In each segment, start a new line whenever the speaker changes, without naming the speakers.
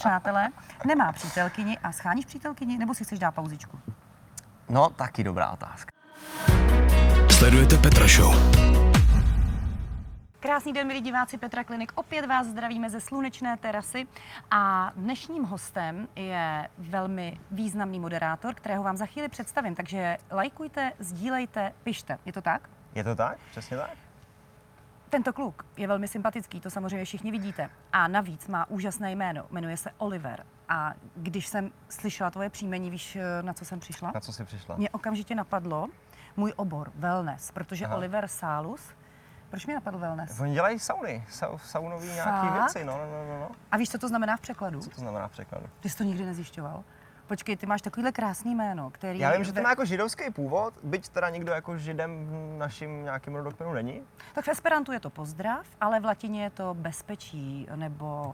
přátelé, nemá přítelkyni a scháníš přítelkyni, nebo si chceš dát pauzičku?
No, taky dobrá otázka.
Sledujete Petra Show.
Krásný den, milí diváci, Petra Klinik. Opět vás zdravíme ze slunečné terasy a dnešním hostem je velmi významný moderátor, kterého vám za chvíli představím. Takže lajkujte, sdílejte, pište. Je to tak?
Je to tak? Přesně tak?
Tento kluk je velmi sympatický, to samozřejmě všichni vidíte. A navíc má úžasné jméno, jmenuje se Oliver. A když jsem slyšela tvoje příjmení, víš, na co jsem přišla?
Na co jsi přišla?
Mě okamžitě napadlo můj obor, wellness, protože
Aha.
Oliver Salus. Proč mě napadl wellness?
Oni dělají sauny, saunový nějaký
Fakt?
věci, no.
A víš, co to znamená v překladu?
Co to znamená v překladu?
Ty jsi to nikdy nezjišťoval? Počkej, ty máš takovýhle krásný jméno, který...
Já vím, že to má jako židovský původ, byť teda nikdo jako židem v naším nějakým rodokmenu není.
Tak v esperantu je to pozdrav, ale v latině je to bezpečí nebo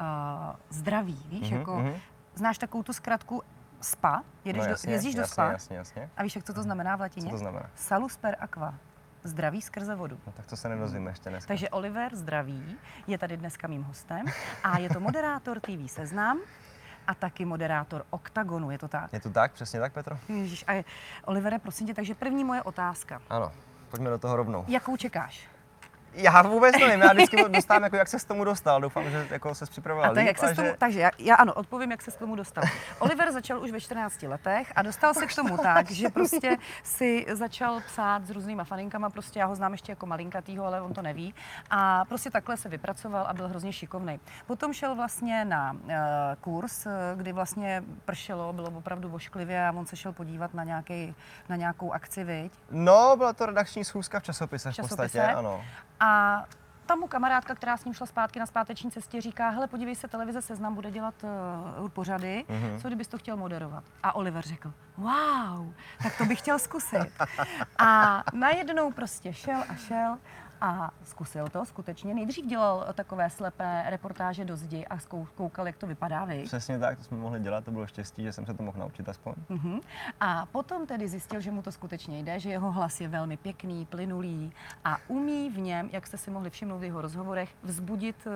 zdraví, víš, Znáš takovou tu zkratku SPA? Jezdíš do SPA?
Jasně.
A víš, jak co to znamená v latině?
Co to znamená?
Salus per aqua. Zdraví skrze vodu.
No tak to se nedozvíme ještě dneska.
Takže Oliver Zdraví je tady dneska mým hostem a je to moderátor TV Seznam a taky moderátor Oktagonu, je to tak?
Je to tak? Přesně tak, Petro?
Ježiš, a Olivere, prosím tě, takže první moje otázka.
Ano, pojďme do toho rovnou.
Jakou čekáš?
Já vůbec nevím, já vždycky dostávám, jako jak se k tomu dostal, doufám, že jako se připravoval líp.
Takže já ano, odpovím, jak se k tomu dostal. Oliver začal už ve 14 letech a dostal se k tomu tak, že prostě si začal psát s různýma faninkama, prostě já ho znám ještě jako malinkatýho, ale on to neví. A prostě takhle se vypracoval a byl hrozně šikovnej. Potom šel vlastně na kurz, kdy vlastně pršelo, bylo opravdu vošklivě a on se šel podívat na nějakou akci, viď?
No, byla to redakční schůzka v časopise v podstatě, ano.
A tam mu kamarádka, která s ním šla zpátky na zpáteční cestě, říká, hele, podívej se, televize Seznam bude dělat pořady, co kdybys to chtěl moderovat? A Oliver řekl, wow, tak to bych chtěl zkusit. A najednou prostě šel a zkusil to skutečně. Nejdřív dělal takové slepé reportáže do zdi a koukal, jak to vypadá, viď?
Přesně tak, to jsme mohli dělat, to bylo štěstí, že jsem se to mohl naučit aspoň.
A potom tedy zjistil, že mu to skutečně jde, že jeho hlas je velmi pěkný, plynulý a umí v něm, jak jste si mohli všimnout v jeho rozhovorech, vzbudit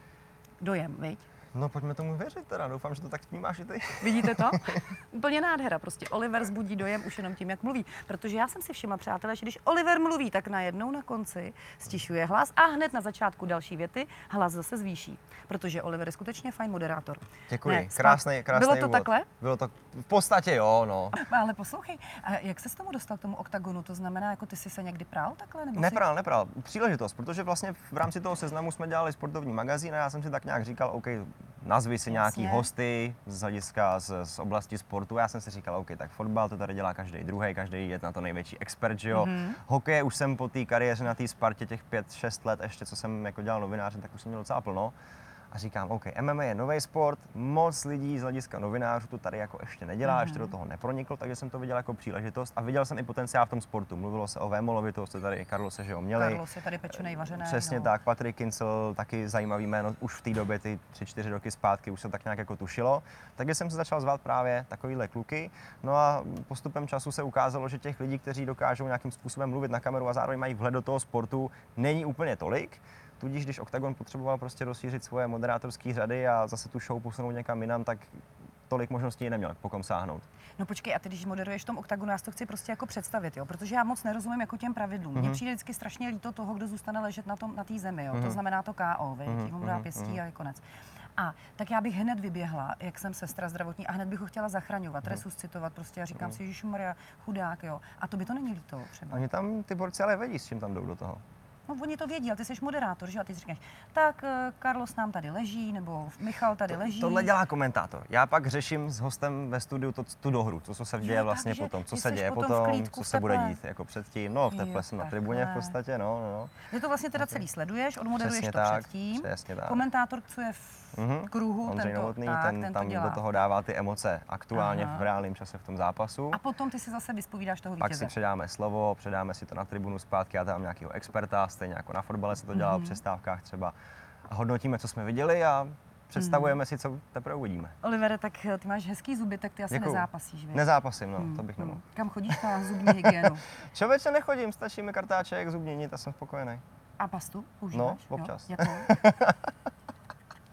dojem, viď?
No pojďme tomu věřit teda, doufám, že to tak vnímáš i ty.
Vidíte to? Úplně nádhera, prostě Oliver vzbudí dojem už jenom tím, jak mluví. Protože já jsem si všimla, přátelé, že když Oliver mluví, tak najednou na konci stišuje hlas a hned na začátku další věty hlas zase zvýší. Protože Oliver je skutečně fajn moderátor.
Děkuji, krásný
Bylo to
úvod.
takhle?
Bylo to v podstatě jo, no.
Ale poslouchej, a jak se s tomu dostal k tomu Oktagonu? To znamená, jako ty jsi se někdy prál takhle? Nebo
Nepral. Příležitost, protože vlastně v rámci toho Seznamu jsme dělali sportovní magazín a já jsem si tak nějak říkal, OK, nazvi si nějaký hosty z hlediska z oblasti sportu. Já jsem si říkal, OK, tak fotbal to tady dělá každý druhý, každý je na to největší expert, že jo. Hokej už jsem po té kariéře na té Spartě těch 5-6 let ještě, co jsem jako dělal novináře, tak už jsem měl docela plno. A říkám, OK, MMA je nový sport, moc lidí z hlediska novinářů to tady jako ještě nedělá, ještě do toho neproniklo, takže jsem to viděl jako příležitost a viděl jsem i potenciál v tom sportu. Mluvilo se o Vémolovi, toho jste tady Karlose, že ho měli.
Carlos je tady pečenej, vařené.
Přesně tak, Patrik Kincel, taky zajímavý jméno, už v té době, ty 3-4 roky zpátky, už se tak nějak jako tušilo. Takže jsem se začal zvát právě takovýhle kluky. No a postupem času se ukázalo, že těch lidí, kteří dokážou nějakým způsobem mluvit na kameru a zároveň mají vhled do toho sportu, není úplně tolik. Tudíž, když Oktagon potřeboval prostě rozšířit svoje moderátorské řady a zase tu show posunout někam jinam, tak tolik možností neměl, po kom sáhnout.
No počkej, a ty když moderuješ v tom Oktagonu, já si to chci prostě jako představit, jo, protože já moc nerozumím jako těm pravidlům. Mně přijde vždycky strašně líto toho, kdo zůstane ležet na té zemi, jo. To znamená to KO, viď, mu dá pěstí a je konec. A tak já bych hned vyběhla, jak jsem sestra zdravotní, a hned bych ho chtěla zachraňovat, resuscitovat prostě a říkám si, Ježišmarja, chudák, jo. A to by to není líto třeba.
Oni tam ty borci ale vědí, s čím tam jdou do toho.
No, oni to vědí, ale ty jsi moderátor, že? A ty si říkáš, tak Carlos nám tady leží, nebo Michal tady leží.
Tohle dělá komentátor. Já pak řeším s hostem ve studiu tu dohru, co se děje vlastně potom, co se děje potom, co se bude dít jako předtím. No, v teple jsem na tribuně v podstatě, no.
Ty to vlastně teda celý sleduješ, odmoderuješ
přesně
to
tak,
předtím.
Přesně tak.
Komentátor, co je v kruhu,
Ondřej Novotný, ten tam
dělá.
do toho dává ty emoce aktuálně v reálném čase v tom zápasu.
A potom ty si zase vyspovídáš toho vítěze.
Pak si předáme slovo, předáme si to na tribunu zpátky, já tam mám nějakého experta, stejně jako na fotbale se to dělá v přestávkách třeba. A hodnotíme, co jsme viděli a představujeme si, co teprve uvidíme.
Olivere, tak ty máš hezký zuby, tak ty asi
Děkuju.
nezápasíš, viď?
Nezápasím, no, to bych nemohl.
Kam chodíš na zubní hygienu?
Člověče, nechodím, stačí mi kartáček, zubní nit a jsem spokojený.
A pastu používáš?
No, občas.
Jakou?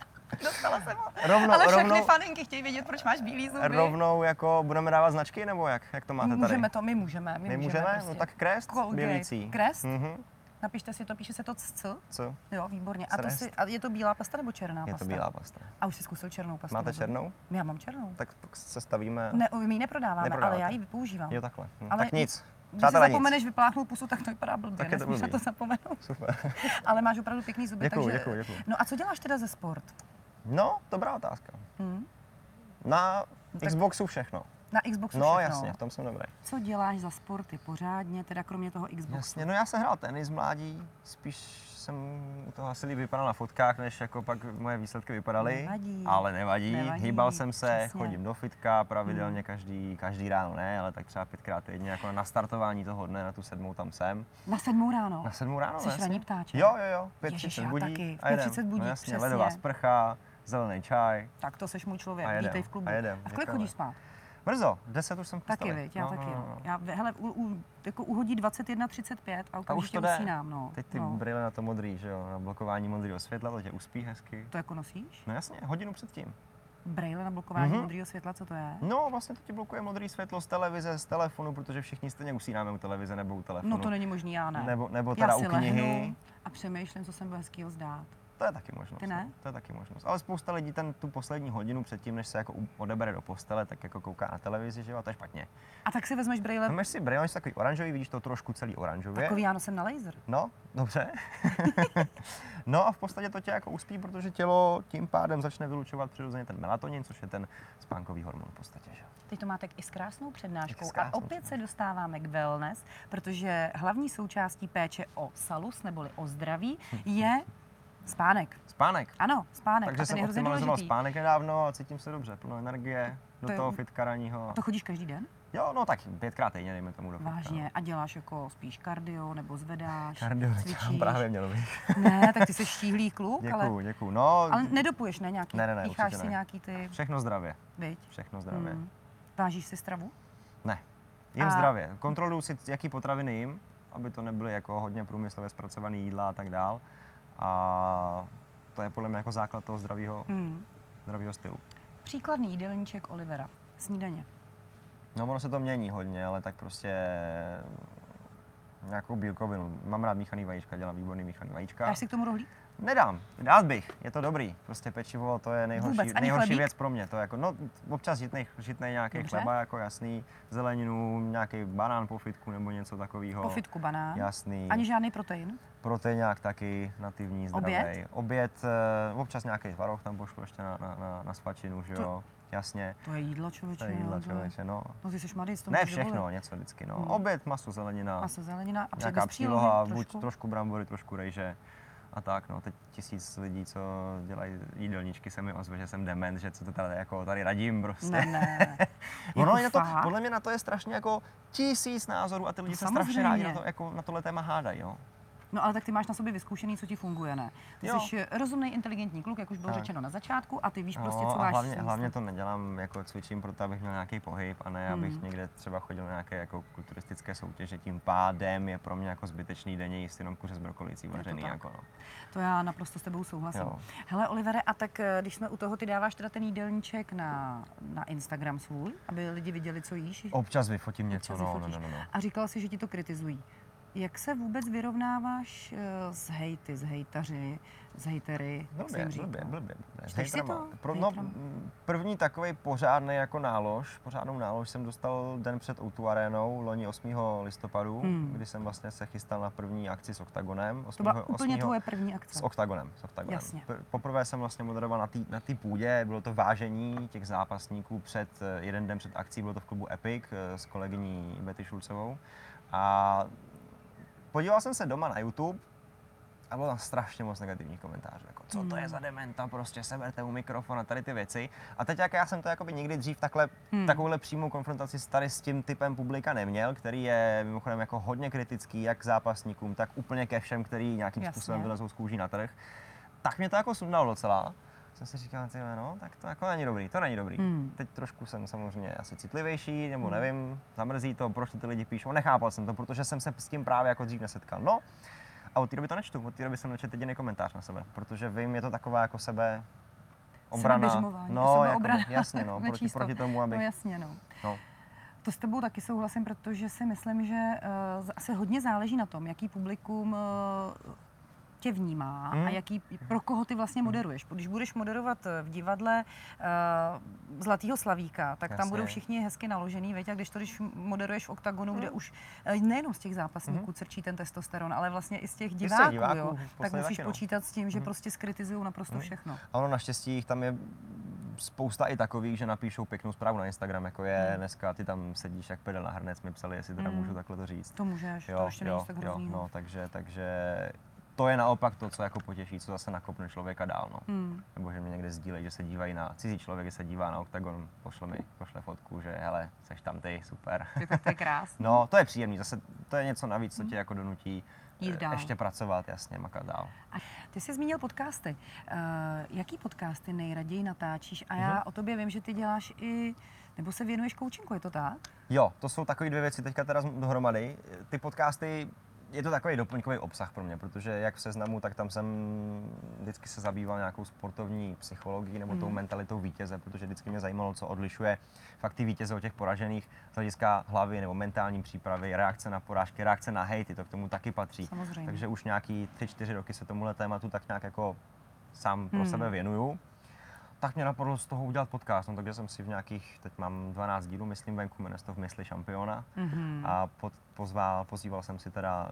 Dostala jsem ho.
Rovnou,
Ale všechny
rovnou,
faninky chtějí vědět, proč máš bílý zuby.
rovnou jako budeme dávat značky, nebo jak to máte tady?
Můžeme to, my můžeme.
My můžeme?
Prostě.
No tak Crest,
Colgate.
bělící.
Crest?
Mhm.
Napište si to, píše se to c?
Co?
Jo, výborně. A,
Crest.
a je to bílá pasta nebo černá
Je
pasta?
to bílá pasta.
A už jsi zkusil černou pastu?
Máte
nebo?
černou?
Já mám černou.
Tak se stavíme.
Ne, my ji neprodáváme,
Neprodáváte.
ale já ji používám.
Jo, takhle.
Ale
Tak nic.
Když si
Přátelé, nic.
zapomeneš vypláchnout pusu, tak to vypadá blbě,
Tak je to
nesmíš na
blbý.
to zapomenout.
Super.
Ale máš opravdu pěkný zuby,
Děkuju,
takže...
děkuju.
No a co děláš teda ze sport?
No, dobrá otázka.
Hm?
Na
Tak-
Xboxu všechno.
Na Xboxu
No
všechno.
jasně, v tom jsem dobrý.
Co děláš za sporty pořádně, teda kromě toho Xboxu?
Jasně, no já jsem hrál tenis v mládí, spíš jsem u toho asi líp vypadal na fotkách, než jako pak moje výsledky vypadaly.
Nevadí.
Ale nevadí.
Nevadí,
Hýbal jsem se,
přesně.
chodím do fitka pravidelně každý ráno, ne, ale tak třeba 5krát týdně, jako na startování toho dne, na tu 7 tam jsem.
Na 7 ráno?
Na 7 ráno,
Jsi
jasně.
ranní ptáček?
Jo,
Ježiš,
5:30
já
budík
taky.
a jedem.
5:30 budík,
no jasně,
přesně.
ledová sprcha, zelený čaj.
Tak to seš můj člověk,
A jedem,
vítej v klubu.
a jedem,
A v kolik
děkujeme.
chodíš spát?
Brzo, v 10 už jsem v
Taky,
posteli.
viď, já taky. No. Já, hele, jako uhodí 21:35 a
A už
okamžitě
to jde.
usínám, no.
Teď ty
no.
brýle na to modrý, že jo, na blokování modrého světla, to tě uspí hezky.
To jako nosíš?
No jasně, hodinu předtím.
Brejle na blokování modrého světla, co to je?
No, vlastně to ti blokuje modrý světlo z televize, z telefonu, protože všichni stejně usínáme u televize nebo u telefonu.
No to není možný, já ne.
Nebo teda
já
u
si
knihy.
lehnu a přemýšlím, co jsem byl hezkýho zdát.
To je taky možnost.
Ty ne?
No. To je taky možnost. Ale spousta lidí tu poslední hodinu předtím, než se jako odebere do postele, tak jako kouká na televizi, že jo, a to je špatně.
A tak si vezmeš brejle,
Vemeš si brýle, oni jsou takový oranžový, vidíš to trošku celý oranžově.
takový já nosím na laser.
No, dobře. No a v podstatě to tě jako uspí, protože tělo tím pádem začne vylučovat přirozeně ten melatonin, což je ten spánkový hormon v podstatě. Že?
Teď to máte i s krásnou přednáškou.
S krásnou
A opět se dostáváme k wellness, protože hlavní součástí péče o salus, neboli o zdraví, je spánek.
Spánek.
Ano, spánek.
Takže
a ten
jsem
je hrozně
optimalizoval
důležitý.
spánek nedávno a cítím se dobře, plno energie, do
To je-
toho fitka ranního.
To chodíš každý den?
Jo, no tak 5krát týdně, dejme tomu do fitka.
Vážně. A děláš jako spíš kardio, nebo zvedáš,
Kardio
cvičíš?
nedělám, právě měl bych.
Ne, tak ty jsi štíhlý kluk, ale,
Děkuju. No,
ale nedopuješ, ne? Nějaký,
Ne,
pícháš
určitě
si
ne.
nějaký ty,
všechno zdravě,
viď?
všechno zdravě.
Vážíš si stravu?
Ne, jim
A-
zdravě. Kontroluju si, jaký potraviny jim, aby to nebyly jako hodně průmyslově zpracované jídla a tak dál. A to je podle mě jako základ toho zdravého stylu.
Příkladný jídelníček Olivera. Snídaně.
No ono se to mění hodně, ale tak prostě nějakou bílkovinu. Mám rád míchaný vajíčka, dělám výborný míchaný vajíčka.
Dáš si k tomu rohlík?
Nedám, rád bych, je to dobrý. Prostě pečivo, to je
Vůbec, ani
nejhorší
chlebík?
věc pro mě. To je jako, no občas žitnej nějaký
Dobře.
chleba, jako jasný, zeleninu, nějaký banán po fitku nebo něco takového.
Po fitku banán.
Jasný.
Ani žádný protein.
Proteinák taky, nativní, zdravý. Oběd, občas nějaký tvaroh tam pošlu ještě na svačinu, že jo. Jasně,
To je jídlo, člověče.
to je jídlo
jo,
člověče, no.
No ty jsi mladý, to
Ne
můžeš
všechno,
dovolit.
něco vždycky, no. Oběd, maso, zelenina,
Maso, zelenina a
nějaká
bez přílohy
příloha,
trošku.
buď trošku brambory, trošku rejže. A tak, no, teď 1000 lidí, co dělají jídelníčky, se mi ozve, že jsem dement, že co to tady radím prostě.
Ne.
Ono
Jako
je to,
fakt?
podle mě na to je strašně jako 1000 názorů a ty lidi
No
se strašně rádi
samozřejmě.
na to, jako na tohle téma hádají, no.
No ale tak ty máš na sobě vyzkoušený, co ti funguje, ne? Ty
Jo.
jsi rozumný, inteligentní kluk, jak už bylo
Tak.
řečeno na začátku, a ty víš prostě,
No,
co
a
máš
hlavně to nedělám, jako cvičím proto, abych měl nějaký pohyb a ne, abych někde třeba chodil na nějaké jako kulturistické soutěže. Tím pádem je pro mě jako zbytečný denně jíst jenom kuře s brokolicí vařený,
tak.
jako no.
To já naprosto s tebou souhlasím.
Jo.
Hele, Olivere, a tak když jsme u toho, ty dáváš teda ten jídelníček na Instagram svůj, aby lidi viděli, co jíš?
Občas vyfotím něco,
Občas
no.
vyfotíš. A říkal jsi, že ti to kritizují. Jak se vůbec vyrovnáváš s hejty, s hejtaři, s hejtery, jak jsem říkal?
Blbě.
Čteš si to? Hejtrama?
První takový pořádný jako pořádnou nálož jsem dostal den před O2 Arenou, loni 8. listopadu, kdy jsem vlastně se chystal na první akci s Octagonem.
To byla úplně tvoje první akce.
S Octagonem.
Jasně.
Poprvé jsem vlastně moderoval na té půdě, bylo to vážení těch zápasníků jeden den před akcí, bylo to v klubu Epic s kolegyní Betty Šulcovou. A podíval jsem se doma na YouTube a bylo tam strašně moc negativních komentářů, jako co to je za dementa, prostě seberte mu mikrofon a tady ty věci. A teď já jsem to jakoby nikdy dřív takovouhle přímou konfrontaci tady s tím typem publika neměl, který je mimochodem jako hodně kritický jak k zápasníkům, tak úplně ke všem, který nějakým způsobem vylezou z kůží na trh. Tak mě to jako sundalo docela. Jsem si říkal, no, tak to jako není dobrý, to není dobrý. Teď trošku jsem samozřejmě asi citlivější, nebo nevím, zamrzí to, proč to ty lidi píšou, nechápal jsem to, protože jsem se s tím právě jako dřív nesetkal. No, a od té doby to nečtu, od té doby jsem nečetl jediný komentář na sebe, protože vím, je to taková jako obrana.
Sebebyřmování,
No,
sebeobrana.
jako, jasně, no, proti tomu, abych...
No jasně, no.
No.
To s tebou taky souhlasím, protože si myslím, že asi hodně záleží na tom, jaký publikum tě vnímá a pro koho ty vlastně moderuješ. Když budeš moderovat v divadle Zlatýho Slavíka, tak tam budou všichni hezky naložený, veď? A když moderuješ v Oktagonu, kde už nejenom z těch zápasníků crčí ten testosteron, ale vlastně i z těch diváků, jo, tak musíš počítat s tím, že prostě skritizujou naprosto všechno.
A ono naštěstí jich tam je spousta i takových, že napíšou pěknou zprávu na Instagram, jako je dneska ty tam sedíš jak pedel na hrnec, mi psali, jestli teda můžu takhle to říct.
To můžeš, to ještě není tak hroznýho.
No, takže to je naopak to, co jako potěší, co zase nakopne člověka dál, no. Nebo že mě někde sdílejí, že se dívají na cizí člověk, že se dívá na Oktagon, pošle fotku, že hele, seš tam ty, super.
To je krásný.
No, to je příjemný, zase to je něco navíc, co tě jako donutí
jít dál.
Ještě pracovat, jasně, makat dál.
A ty jsi zmínil podcasty. Jaký podcasty nejraději natáčíš? A já o tobě vím, že ty děláš i, nebo se věnuješ coachingu, je to tak?
Jo, to jsou takové dvě věci teďka teda dohromady. Ty podcasty, je to takový doplňkový obsah pro mě, protože jak v Seznamu, tak tam jsem vždycky se zabýval nějakou sportovní psychologií nebo tou mentalitou vítěze, protože vždycky mě zajímalo, co odlišuje fakt ty vítěze od těch poražených z hlediska hlavy nebo mentální přípravy, reakce na porážky, reakce na hejty, to k tomu taky patří.
Samozřejmě.
Takže už nějaký 3-4 roky se tomuhle tématu tak nějak jako sám pro sebe věnuju. Tak mě napadlo z toho udělat podcast, no, takže jsem si v nějakých, teď mám 12 dílů, myslím venku, jmenuje se to V mysli šampiona. A pozýval jsem si teda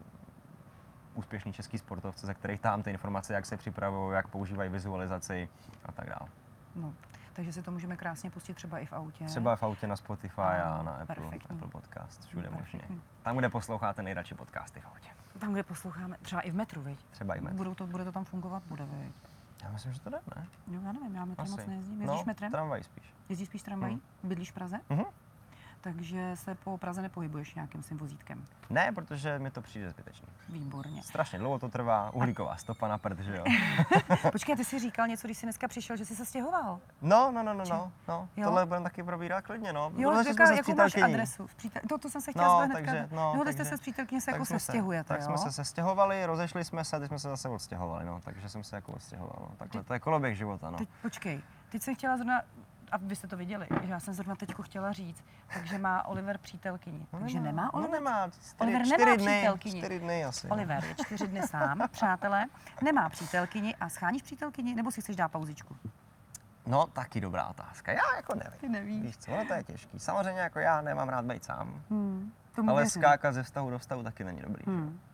úspěšný český sportovce, ze kterých tam ty informace, jak se připravují, jak používají vizualizaci a tak dále.
No, takže si to můžeme krásně pustit třeba i v autě.
Třeba v autě na Spotify a na Apple Podcast, všude možně. Tam, kde posloucháte nejradši podcasty v autě.
Tam, kde posloucháme, třeba i v metru, viď?
Třeba i v metru.
Bude to tam fungovat? Bude, viď?
Já myslím, že to jde, ne?
Jo, já nevím, já metrem moc nejezdím.
No,
Jezdíš metrem?
tramvaj spíš.
Jezdíš spíš tramvají? Bydlíš v Praze? Takže se po Praze nepohybuješ nějakým svým vozítkem?
Ne, protože mi to přijde zbytečný.
Výborně.
Strašně dlouho to trvá, uhlíková stopa na prd, že jo?
Počkej, ty jsi říkal něco, když jsi dneska přišel, že jsi se stěhoval.
No. Tohle budeme taky probírat klidně, no.
Jo, jakou máš adresu? To jsem se chtěla zeptat hnedka. Takže jste se s přítelkyní se jako sestěhujete,
tak jsme se sestěhovali, rozešli jsme se, teď jsme se zase odstěhovali, no. Takže jsem se jako odstěhoval, no. Takhle, to je koloběh života, no.
Počkej, teď jsem chtěla zrovna, a vy jste to viděli, že já jsem zrovna teďko chtěla říct, takže má Oliver přítelkyni. Takže nemá Oliver?
Nemá.
Oliver nemá přítelkyni.
4 dny asi.
Oliver je 4 dny sám, přátelé, nemá přítelkyni a scháníš přítelkyni, nebo si chceš dát pauzičku?
No, taky dobrá otázka. Já jako nevím.
Ty nevíš.
Víš co, no to je těžký. Samozřejmě jako já nemám rád být sám.
Ale
skákat ze vztahu do vztahu taky není dobrý.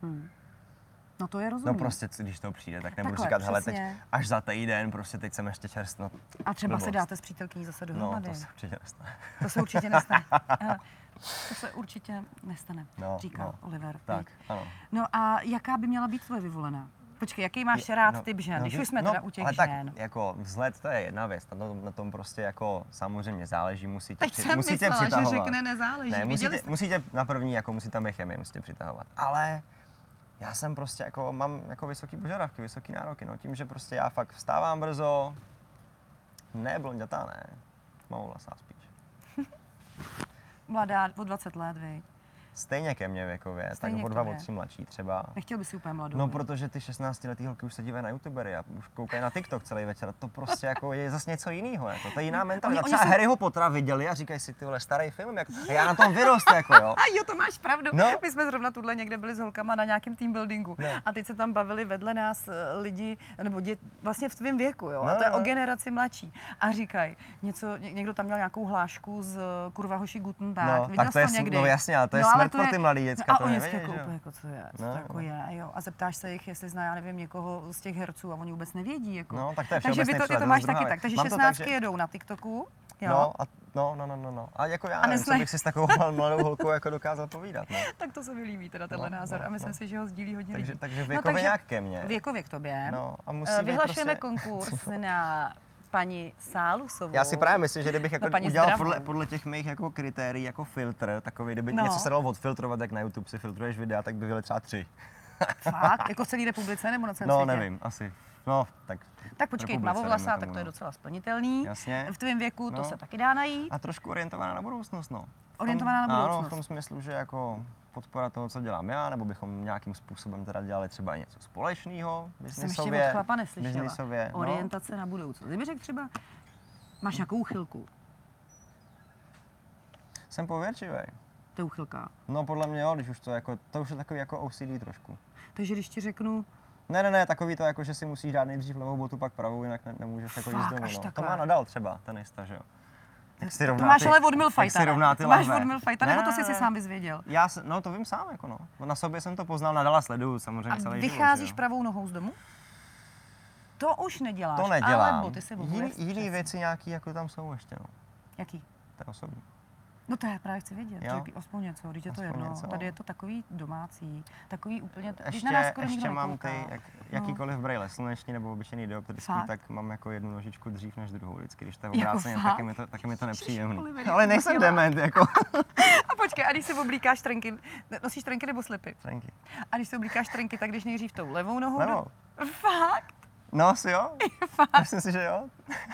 No to je rozumný.
No prostě, když to přijde, tak nebudu
Takhle,
říkat, hele,
přesně.
teď až za týden, prostě teď jsem ještě čerstno.
A třeba se dáte s přítelkyní zase dohromady.
No, to se určitě nestane.
To se určitě nestane. To se určitě nestane, říkal Oliver.
Tak, ano.
No a jaká by měla být tvoje vyvolená? Počkej, jaký máš rád typ žen, když už jsme teda u těch
ale
žen?
Tak jako vzhled to je jedna věc, na tom prostě jako samozřejmě záleží, musíte
Teď jsem myslela,
přitahovat.
že řekne nezáleží.
Ne, musíte na první, jako musí tam být chemie, musíte přitahovat. Ale já jsem prostě jako, mám jako vysoký požadavky, vysoký nároky, no, tím, že prostě já fakt vstávám brzo, ne blondětá, ne, tmavovlasá spíš.
Mladá, o 20 let, viď?
Stejně ke mně věkově, tak o 2, o 3 mladší třeba.
Nechtěl bys si úplně mladou?
No, protože ty 16letý holky už se dívají na youtubery a už koukají na TikTok celý večer. To prostě jako je zase něco jiného, jako to je jiná mentalita. Třeba Harryho Pottera viděli a říkají si, ty vole, starý film, jako, a já na tom vyrost, jako jo.
A jo, to máš pravdu.
No.
My jsme zrovna tuhle někde byli s holkama na nějakém team buildingu.
No.
A teď se tam bavili vedle nás lidi, nebo vlastně v tvém věku, jo.
No,
a to je
no.
o generaci mladší. A říkají, někdo tam měl nějakou hlášku z Kurva hoši Guten Tag.
No,
viděl
tak
jsi to někdy?
No jasně, ale to je
No,
smrt pro ty mladý děcka,
a
to
oni
nevědí,
jako
že jo.
úplně jako co je, co
No,
to jako je, jo. A zeptáš se jich, jestli zná, já nevím, někoho z těch herců a oni vůbec nevědí, jako.
No, tak to je
takže
všeobecný
ty to máš
druhá
taky
věc.
tak, takže
Mám to
16
tak, že-
jedou na TikToku, jo.
No. A jako já
A
nevím, co
nesle-
bych si s takovou mladou holkou jako dokázal povídat, no.
Tak to se mi líbí teda tenhle názor a myslím si, že ho sdílí hodně lidí.
Takže věkově nějak ke mně.
Věkově k tobě.
No, a musí být
Vyhlašujeme
prostě...
konkurs na paní Sálusovou.
Já si právě myslím, že kdybych jako
No, paní
udělal
Zdravou.
podle těch mých jako kritérií, jako filtr, takový, kdyby
No.
něco se dalo odfiltrovat, jak na YouTube si filtruješ videa, tak by byly třeba 3.
Fakt? Jako v celé republice nebo na celém
No,
světě?
nevím, asi. No, tak.
Tak počkej,
republice,
tmavovlasá,
dejme
tak
tomu,
to je
no.
docela splnitelný.
Jasně.
V tvém věku to
No.
se taky dá najít.
A trošku orientovaná na budoucnost, no.
Orientovaná na
Ano,
budoucnost.
v tom smyslu, že jako podpora toho, co dělám já, nebo bychom nějakým způsobem teda dělali třeba i něco společného,
Jsem ještě od
biznisově,
chlapa neslyšela.
biznisově, no.
Orientace na budoucnost. Kdyby řekl třeba, máš nějakou úchylku.
Jsem pověrčivý.
To je úchylka.
No podle mě jo, když už to už je takový jako OCD trošku.
Takže když ti řeknu,
Ne, takový to jako, že si musíš dát nejdřív levou botu, pak pravou, jinak nemůžeš jako jít
Fakt,
domů.
až
No. To
takhle.
má Nadal třeba, tenista, že jo. Jak si
to
rovná
máš
ty-
ale od
jak
Milfajta,
si rovná
ne?
ty
To máš
lahve.
od Milfajta,
Ne,
nebo to
ne,
jsi si
ne.
sám vyzvěděl?
No to vím sám, jako no. Na sobě jsem to poznal, Nadala sleduju samozřejmě
A
celý
vycházíš
život,
pravou nohou z domu? To už neděláš,
to nedělám.
ale boty si obuvuješ
Jiný
přesně.
věci nějaký jako tam jsou ještě, no.
Jaký?
To je osobní.
No to já právě chci vědět,
Jo.
řekni aspoň něco, když je to
Aspoň
jedno.
něco.
Tady je to takový domácí, takový úplně, když na nás
Ještě,
skoro nikdo
ještě mám
nekouká.
ty, jakýkoliv brejle, sluneční nebo obyčejný dioptrický,
Fakt?
tak mám jako jednu nožičku dřív než druhou vždycky, když to je
Jako
obráceně,
fakt?
tak je mi to nepříjemný.
Oliveri,
Ale
jak
nejsem
to dělá?
dement, jako.
A počkej, a když si oblíkáš trenky, nosíš trenky nebo slipy?
Trenky.
A když si oblíkáš trenky, tak když nejdřív tou levou nohou.
Levou.
Fakt?
No, asi jo?
Fakt?
Myslím si, že jo.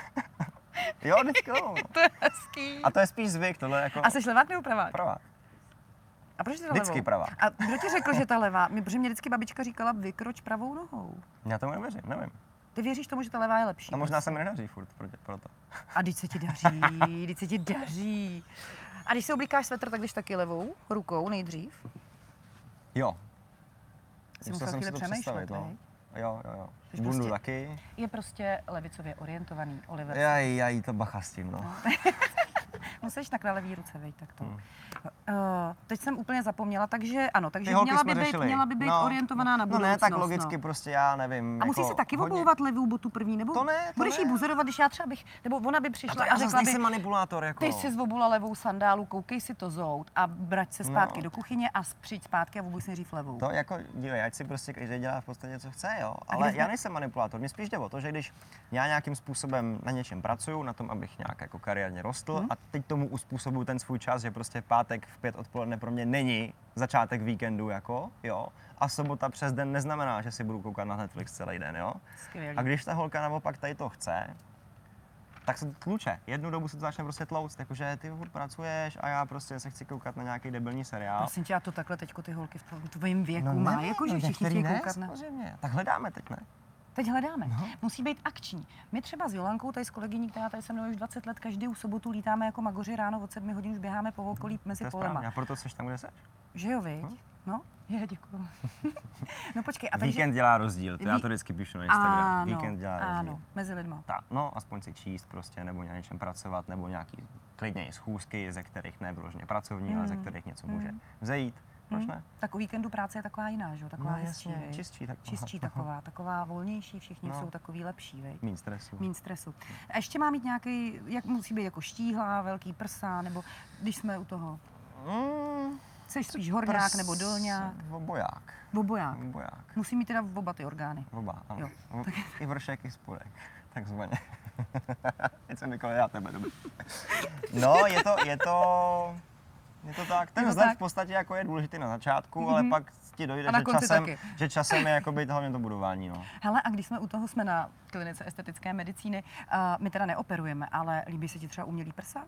Jo, vždycky levou.
To je hezký.
A to je spíš zvyk, tohle je jako
A jsi levák nebo pravák?
pravá.
A proč ty
Vždycky
levou?
pravák.
A kdo ti řekl, že ta levá? Protože mě vždycky babička říkala, vykroč pravou nohou.
Já tomu nevěřím, nevím.
Ty věříš tomu, že ta levá je lepší?
A možná se mi nedaří furt proto.
A když se ti daří, když se ti daří. A když si oblíkáš svetr, tak jdeš taky levou rukou nejdřív?
Jo.
Jsi
Musel
musel
jsem
chvíli
si to
přemýšlet,
představit, no.
viď?
Jo.
Takže
Bundu
prostě-
taky.
Je prostě levicově orientovaný Oliver.
Já jí to bacha s tím, no.
Musíš tak na levý ruce, veď, tak to.
Hmm.
Teď jsem úplně zapomněla, takže ano, takže
Ty holky
měla by,
jsme
být,
řešili.
měla by být orientovaná na
No
budoucnost.
ne, tak logicky prostě já nevím.
A musí
jako
se taky
hodně-
obouvat levou botu první, nebo
To ne, to
budeš jí
ne.
buzerovat, když já třeba bych, nebo ona by přišla a
Já zase
řekla by,
nejsem manipulátor, jako.
ty jsi zvobula levou sandálu, koukej si to zout a brať se zpátky
No.
do kuchyně a přijď zpátky a obuj si nejdřív levou.
To jako, dívej, ať si prostě každý dělá v podstatě, co chce, jo. Ale
když
já
by-
nejsem manipulátor. Mně spíš jde o to, že když já nějakým způsobem na něčem pracuju, na tom, abych nějak jako kariérně rostl a teď tomu uspůsobuju ten svůj čas, že prostě pátek v 5 odpoledne pro mě není začátek víkendu, jako, jo. A sobota přes den neznamená, že si budu koukat na Netflix celý den, jo.
Skvělý.
A když ta holka naopak tady to chce, tak se tluče. Jednu dobu se to začne prostě tlouct, jakože ty furt pracuješ a já prostě se chci koukat na nějaký debilní seriál.
Prosím tě, a to takhle teďko ty holky v tvojím věku
No
má,
ne,
jako že
no
všichni
některý
chtějí
ne,
koukat na...
samozřejmě. Tak hledáme teď, ne?
Teď hledáme. Musí být akční. My třeba s Jolankou, tady s kolegyní, která tady se mnou už 20 let, každou sobotu lítáme jako magoři ráno od 7 hodin, už běháme po okolí mezi
To je
polema.
správně. A proto jsi tam, kde jsi?
Že jo, viď? No, je, děkuju. No počkej, a takže...
Víkend dělá rozdíl, to já
Ví-
to vždycky píšu na Instagram.
Ano,
Víkend dělá rozdíl.
ano, mezi lidma.
No, aspoň si číst prostě, nebo na něčem pracovat, nebo nějaký klidně i schůzky, ze kterých ne vyloženě pracovní, ale ze kterých něco může vzejít. Proč ne?
Tak o víkendu práce je taková jiná, že jo? Taková
No,
hezčí,
jasně,
viď?
čistší taková.
Čistší taková volnější, všichni
No.
jsou takový lepší, viď?
Mín stresu.
Mín stresu. A ještě má mít nějaký, jak musí být jako štíhlá, velký prsa, nebo když jsme u toho,
Mm,
jsi spíš horňák nebo dolňák,
Oboják.
oboják.
Oboják.
Musí mít teda oba ty orgány.
Oba, ano.
Jo.
I vršek, i spodek. Takzvaně. Teď jsem říkal, já tebe, dobrý. No, je to tak. Ten
to
vzhled
tak.
v podstatě jako je důležitý na začátku, ale pak ti dojde,
A na konci taky.
že časem je jako být hlavně to budování, no.
Hele, a když jsme u toho, jsme na klinice estetické medicíny, my teda neoperujeme, ale líbí se ti třeba umělý prsa?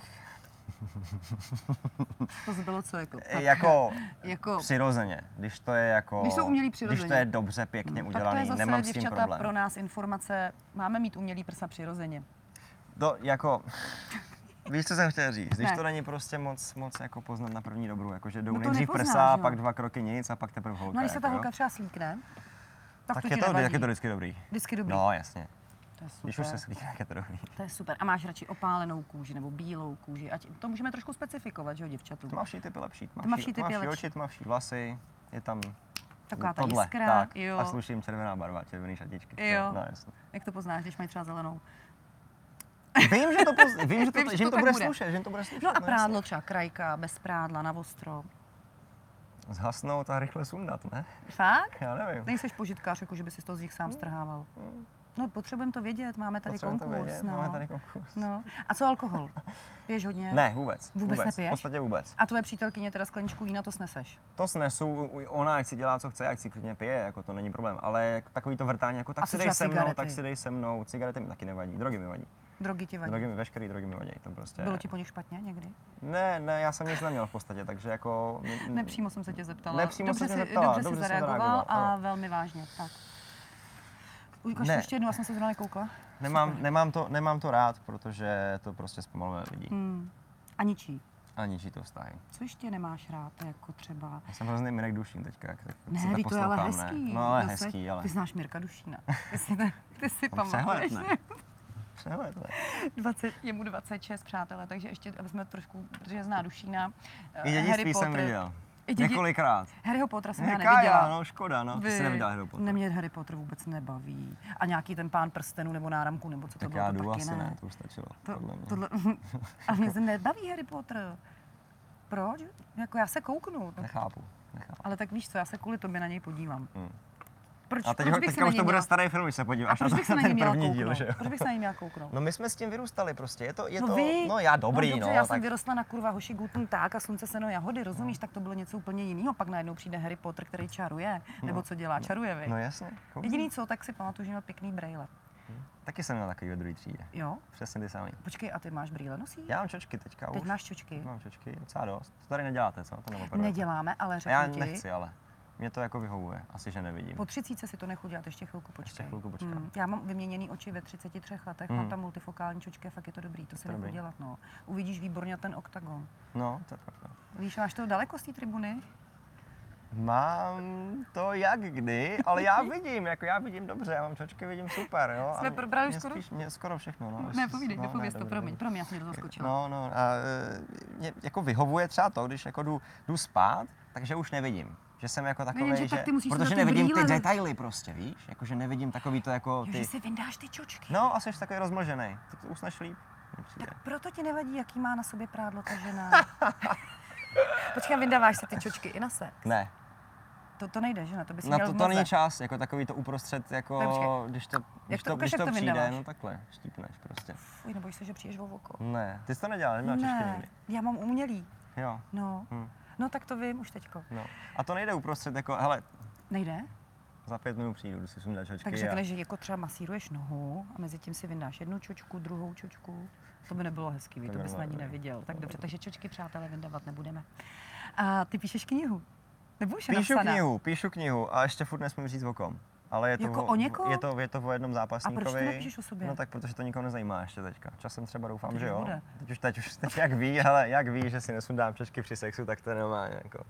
To bylo co jako? Tak, jako
Přirozeně, když to je jako,
Když jsou umělý přirozeně.
když to je dobře, pěkně
tak to
udělaný,
je zase,
nemám s tím
děvčata,
problém.
pro nás informace, máme mít umělý prsa přirozeně.
To jako, víš, co jsem chtěl říct, když
Ne.
to není prostě moc jako poznat na první dobrou, jakože jdou
No to
nejdřív
nepoznáš,
prsa,
jo.
pak 2 kroky nic a pak teprve holka.
No a když se ta
jako,
holka
jo.
třeba slíkne, tak
tak
to
je
ti
to,
nevadí.
tak je to vždycky dobrý.
Vždycky dobrý.
No, jasně.
To je super.
Když už se slíkne, tak je to dobrý.
To je super. A máš radši opálenou kůži nebo bílou kůži? Ať to můžeme trošku specifikovat, že jo, děvčatům.
Tmavší typ je lepší.
Tmavší typ je
tmavší
lepší.
oči, tmavší vlasy, je tam
Taková ta
tohle,
jiskra,
tak.
jo.
A sluším červená barva, červený šatičky.
Jo.
No, jasně.
Jak to poznáš, když mají třeba zelenou?
Vím, že
Vím, že
že jim
to
to
tak
bude
bude.
slušet, že jim to bude slušet.
No a
jasně.
prádlo třeba krajka, bez prádla, na ostro.
Zhasnout a rychle sundat, ne?
Fakt?
Já nevím.
Nejseš požitkář, jako že by si to z nich sám strhával. No, potřebujeme to vědět, máme tady
Potřebujeme to
konkurs.
vědět,
No.
máme tady konkurs.
No. A co alkohol? Piješ hodně?
Ne, vůbec.
Vůbec nepiješ?
V podstatě vůbec.
A tvoje přítelkyně teda skleničku vína to sneseš?
To snesu, ona ať si dělá, co chce, ať si klidně pije, jako to není problém. Ale takový to vrtání, jako
A
tak si
co
dej
třeba
se mnou,
cigarety?
tak si dej se mnou. Cigarety mi taky nevadí, drogy mi vadí.
Drogy ti vadí?
Veškerý drogy mi vadí, to prostě...
Bylo ti po nich špatně někdy?
Ne, já jsem nic neměl v podstatě, takže jako...
Nepřímo jsem se tě zeptala.
Nepřímo jsem se
Dobře
zeptala,
jsi
dobře jsem
zareagoval a
ano.
velmi vážně, tak. Ukaž
Ne.
ještě jednou, já jsem se zrovna nekoukla.
Nemám to rád, protože to prostě zpomaluje lidi.
A ničí.
A ničí to vztahy.
Co ještě nemáš rád, jako třeba?
Já jsem hrozný Mirek Dušín teďka, jak tak
Ne,
si tak
vždyť to je ale
poslouchám,
hezký.
Ne? No ale
Zase,
hezký, ale...
Ty znáš Mirka Dušína. Ty si
Mám
pamatuješ.
přehled, ne? Přehled, ne?
Jemu 26, přátelé, takže ještě, aby jsme trošku, protože zná Dušína.
I dědictví jsem viděl. Několikrát.
Harryho Pottera jsem já
Jaká
neviděla.
no, škoda, no. Ty jsi neviděla Harry Potter.
Mě Harry Potter vůbec nebaví. A nějaký ten pán prstenů nebo náramku, nebo co to
Tak
bylo,
já
to
jdu
taky
asi
ne.
ne, to už stačilo. Podle mě.
Tohle, a mě se nebaví Harry Potter. Proč? Jako já se kouknu.
Nechápu.
Ale tak víš co, já se kvůli tobě na něj podívám. Proč,
A teď
proč bych se
teďka
na
už
něj
to bude
měla...
starý film, když se
A
podíváš
proč
na
bych se na
ten
něj měla
první díl,
kouknout?
že jo?
Proč bych se na něj měla kouknout?
No my jsme s tím vyrůstali prostě, je to,
vy?
no já dobrý,
dobře,
no.
já
tak...
jsem vyrostla na kurva hoši Guten Tag a slunce seno jahody, rozumíš? Tak to bylo něco úplně jiného. Pak najednou přijde Harry Potter, který čaruje, nebo co dělá, čaruje, vy.
No jasně.
Jediný co, tak si pamatuju, že měl pěkný brejle.
Taky jsem měl takový ve druhé třídě.
Jo?
Přesně ty samý.
Počkej, a ty máš brýle nosíš?
Já mám čočky teďka
Teď
už.
máš čočky?
Mám čočky, docela dost. To tady neděláte, co? To neoperujete.
Neděláme, ale
Já
řeknu ti,
nechci, ale mě to jako vyhovuje. Asi, že nevidím.
po 30 si to nech udělat, ještě chvilku počkej.
Ještě chvilku počkám.
Já mám vyměněný oči ve 33 letech, mám tam multifokální čočky, fakt je to dobrý, to si nech
dobrý.
udělat, no. Uvidíš výborně ten oktagon.
No, to je fakt. No.
Víš, máš to daleko z té tribuny?
Mám to jak kdy, ale já vidím dobře, já mám čočky, vidím super, jo.
Jsme
A
probrali
mě
skoro?
Mě skoro všechno, no.
Ne, povídej,
no,
nepověz to,
dobrý,
promiň, já jsem do toho skočila.
No, a mě jako vyhovuje třeba to, když jako jdu spát, takže už nevidím. Že jsem jako takovej,
Jenže pak ty musíš
protože
dát ty
nevidím ty
brýle.
detaily prostě, víš? Jako, že nevidím takový to jako
Jo,
ty...
že si vyndáš ty čočky.
No, a jsi takový rozmlžený. Ty to usneš líp. mně přijde.
Tak proto ti nevadí, jaký má na sobě prádlo ta žena. Počkej, vyndáváš si ty čočky i na sex?
Ne,
To nejde, že ne? To by si
na
měl
to,
v
to
noze.
není čas, jako takový to uprostřed, jako
počkej.
když
to ukáž,
když
jak
to
to
přijde,
vyndáváš?
no takhle, štípneš prostě.
Fuj, nebojíš se, že přijdeš o oko?
Ne, ty jsi to nedělal, neměla čočky nikdy.
já mám umělý.
Jo.
No. No tak to vím už teďko.
No. A to nejde uprostřed, jako, hele,
Nejde?
za 5 minut přijdu, jdu si sundat čočky.
Tak řekneš, že jako třeba masíruješ nohu a mezi tím si vyndáš jednu čočku, druhou čočku. To by nebylo hezký, to bys na ní neviděl. Tak dobře, takže čočky, přátelé, vyndávat nebudeme. A ty píšeš knihu? Nebo už je napsaná?
Píšu knihu a ještě furt nesmím říct o kom. Ale je to,
Jako o někom?
je to o jednom zápasníkovi.
A proč to nepíšeš o sobě?
No tak protože to nikoho nezajímá ještě teďka. Časem třeba doufám,
Teď
že
už
jo.
bude.
Teď jak ví, že si nesundám čočky při sexu, tak to je normálně jako.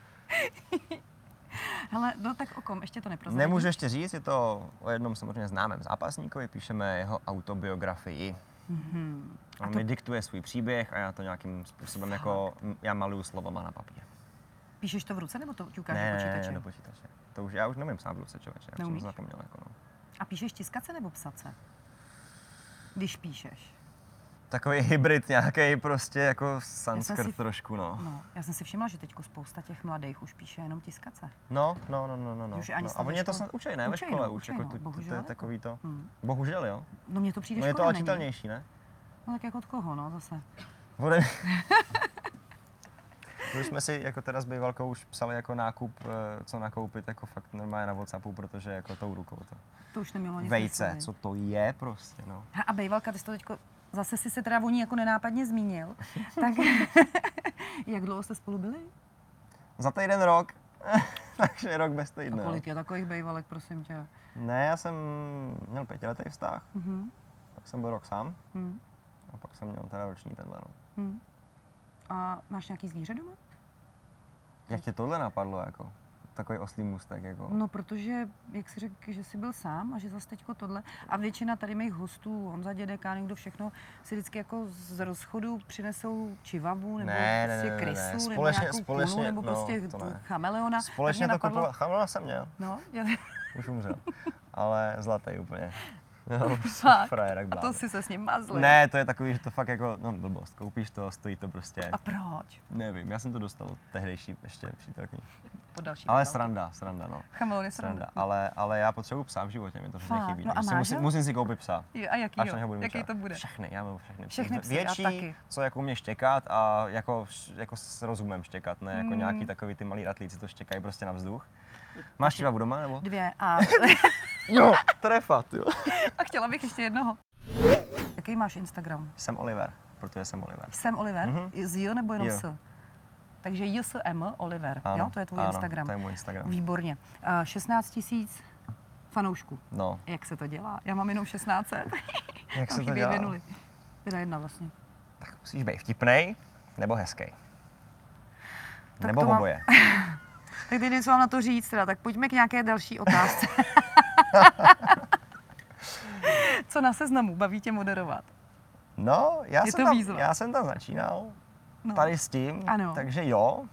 Hele, no tak o kom, ještě to neprozradím.
Nemůžu ještě říct, je to o jednom samozřejmě známém zápasníkovi, píšeme jeho autobiografii. On mi diktuje svůj příběh a já to nějakým způsobem jako, já maluju slovama na papír.
Píšeš to v ruce nebo to ťukáš do
Ne,
počítače?
do počítače. To už, já už nevím psát v ruce, člověče, já už jsem
Neumíš?
to zapomněl. Jako, no.
A píšeš tiskace nebo psace? Když píšeš.
Takový hybrid nějaký prostě jako
Já jsem
sanskrt
si-
trošku, no.
No, já jsem si všimla, že teď spousta těch mladých už píše jenom tiskace.
No.
Už ani
No.
snad
A
ve
oni to
škole-
snad učej, ne? Ve
Učej,
škole
no,
už,
učej,
jako
no,
to je
bohužel jako.
takový to. Bohužel, jo.
No mně to přijde
No je to
škoda, není.
čitelnější, ne?
No tak jako od koho, no zase.
Bude... My jsme si jako teda s bývalkou už psali jako nákup, co nakoupit jako fakt normálně na WhatsAppu, protože jako tou rukou to.
To už nemělo nic
Vejce,
smyslu,
co to je prostě, no.
A bejvalka, ty jsi to teďko, zase si se teda o ní jako nenápadně zmínil. Tak jak dlouho jste spolu byli?
Za týden rok, takže rok bez
A
týdne.
kolik je takových bejvalek, prosím tě?
Ne, já jsem měl 5letý vztah, pak jsem byl rok sám
Hm.
a pak jsem měl teda roční tenhle, no.
Hm. A máš nějaký zvíře doma?
Jak tě tohle napadlo, jako? Takový oslý můstek, jako?
No, protože, jak jsi řekl, že jsi byl sám a že zase teďko tohle. A většina tady mých hostů, Honza Dědek a někdo všechno, si vždycky jako z rozchodu přinesou čivavu nebo prostě krysu, nebo nějakou kunu, nebo
no,
prostě
to ne.
chameleona.
Společně
Tak
to
mě napadlo-
kupoval, chameleona jsem měl,
No,
už umřel, ale zlatý úplně. No,
Fakt?
frajer, jak
a to
blázen.
si se s ním mazl.
Ne, to je takový, že to fakt jako, no blbost, koupíš to, stojí to prostě,
A proč?
nevím, já jsem to dostal od tehdejší ještě přítelkyni.
Po další
Ale
dodávce.
sranda, no.
Chameleon je sranda.
Ale já potřebuji psa v životě, mi to hrozně
Fakt?
chybí.
No a
Takže
máš ho?
musím si koupit psa.
Jo, a jaký,
Až na něho budu mít
jaký
čas.
to bude?
Všechny, já mám všechny.
Všechny psy,
Větší,
já taky.
co jako umě štěkat a jako s rozumem štěkat, ne jako nějaký takový ty malý ratlíci, co štěkají prostě na vzduch. Máš čivavu doma, nebo?
2 a,
Jo, trefa, jo.
a chtěla bych ještě jednoho. Jaký máš Instagram?
Jsem Oliver, protože jsem Oliver.
Jsem Oliver? Z J nebo jenom
Jo.
S? Takže JSM Oliver,
Ano,
jo? To je tvůj
ano,
Instagram.
to je můj Instagram.
Výborně. 16 000 fanoušků.
No,
Jak se to dělá? Já mám jenom 1600.
jak
Tam
se to
chybí
dělá?
2 nuly. Teda 1 vlastně.
Tak musíš být vtipnej nebo hezký.
Tak
Nebo
to mám-
oboje.
Tak teď něco mám na to říct teda, tak pojďme k nějaké další otázce. Co na Seznamu baví tě moderovat?
No,
Je to výzva.
já jsem tam začínal,
No.
tady s tím,
Ano.
takže jo.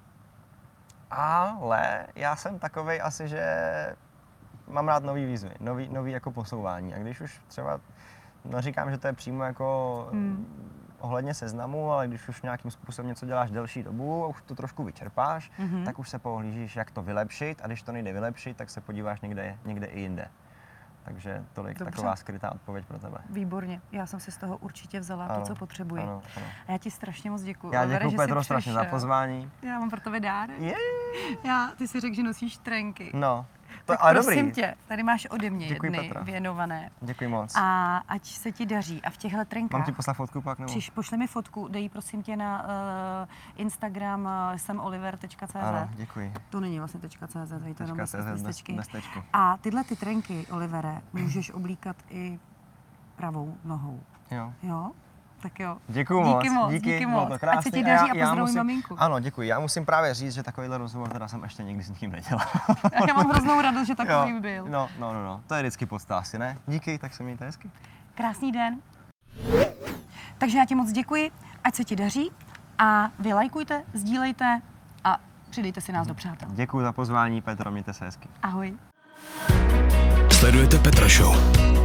Ale já jsem takovej asi, že mám rád nový výzvy, nový jako posouvání. A když už třeba, no říkám, že to je přímo jako ohledně Seznamu, ale když už nějakým způsobem něco děláš delší dobu a už to trošku vyčerpáš, tak už se pohlížíš, jak to vylepšit, a když to nejde vylepšit, tak se podíváš někde i jinde. Takže tolik
Dobře.
taková skrytá odpověď pro tebe.
Výborně, já jsem si z toho určitě vzala to,
Ano,
co potřebuji.
ano, ano.
A já ti strašně moc děkuji.
Já
Olivere,
děkuji,
že
Petro,
jsi
strašně za
přišel.
pozvání.
Já mám pro tebe dárek. Ty si řekl, že nosíš trenky.
No, to
Tak
ale
prosím
dobrý.
tě, tady máš ode mě
Děkuji,
jedny
Petra.
věnované.
Děkuji moc.
A ať se ti daří. A v těchto trenkách...
Mám ti poslat fotku pak nebo?
Pošli mi fotku, dej prosím tě na Instagram semoliver.cz.
Ano, děkuji.
To není vlastně .cz, tady to jenom
.cz
bez tečky.
bez tečky.
A tyhle ty trenky, Olivere, můžeš oblíkat i pravou nohou.
Jo.
Jo? Tak jo.
Děkuji moc.
Díky
bylo
moc.
to
Ať
krásný.
se ti daří a pozdravuj
musím,
maminku.
Ano, děkuji. Já musím právě říct, že takovýhle rozhovor teda jsem ještě nikdy s nikým nedělal.
Já mám hroznou radost, že takový byl.
No. To je vždycky podsta asi, ne? Díky, tak se mějte hezky.
Krásný den. Takže já ti moc děkuji, ať se ti daří a vy lajkujte, sdílejte a přidejte si nás do přátel.
Děkuji za pozvání, Petro, mějte se hezky.
Ahoj.
Sledujete Petra Show.